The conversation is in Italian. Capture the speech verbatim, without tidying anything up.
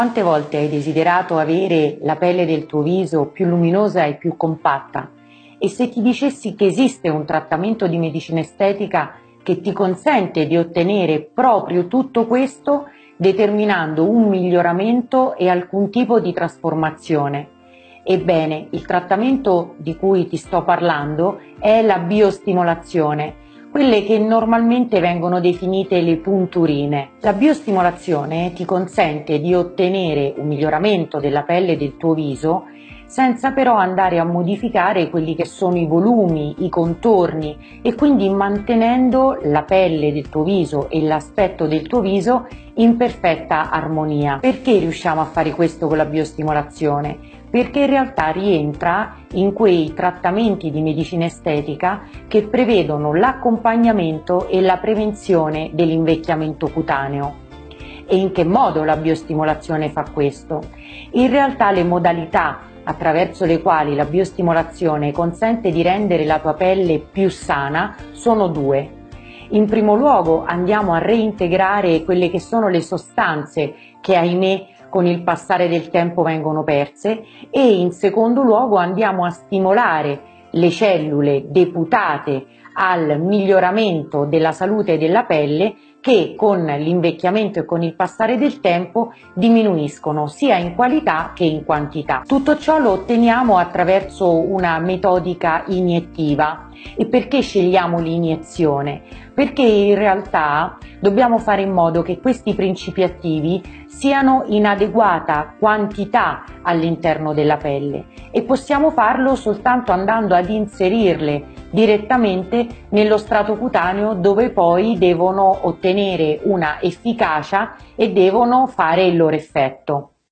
Quante volte hai desiderato avere la pelle del tuo viso più luminosa e più compatta? E se ti dicessi che esiste un trattamento di medicina estetica che ti consente di ottenere proprio tutto questo, determinando un miglioramento e alcun tipo di trasformazione? Ebbene, il trattamento di cui ti sto parlando è la biostimolazione, quelle che normalmente vengono definite le punturine. La biostimolazione ti consente di ottenere un miglioramento della pelle del tuo viso senza però andare a modificare quelli che sono i volumi, i contorni e quindi mantenendo la pelle del tuo viso e l'aspetto del tuo viso in perfetta armonia. Perché riusciamo a fare questo con la biostimolazione? Perché in realtà rientra in quei trattamenti di medicina estetica che prevedono l'accompagnamento e la prevenzione dell'invecchiamento cutaneo. E in che modo la biostimolazione fa questo? In realtà le modalità attraverso le quali la biostimolazione consente di rendere la tua pelle più sana sono due. In primo luogo andiamo a reintegrare quelle che sono le sostanze che, ahimè, con il passare del tempo vengono perse, e in secondo luogo andiamo a stimolare le cellule deputate al miglioramento della salute della pelle, che con l'invecchiamento e con il passare del tempo diminuiscono sia in qualità che in quantità. Tutto ciò lo otteniamo attraverso una metodica iniettiva. E perché scegliamo l'iniezione? Perché in realtà dobbiamo fare in modo che questi principi attivi siano in adeguata quantità all'interno della pelle, e possiamo farlo soltanto andando ad inserirle direttamente nello strato cutaneo, dove poi devono ottenere una efficacia e devono fare il loro effetto.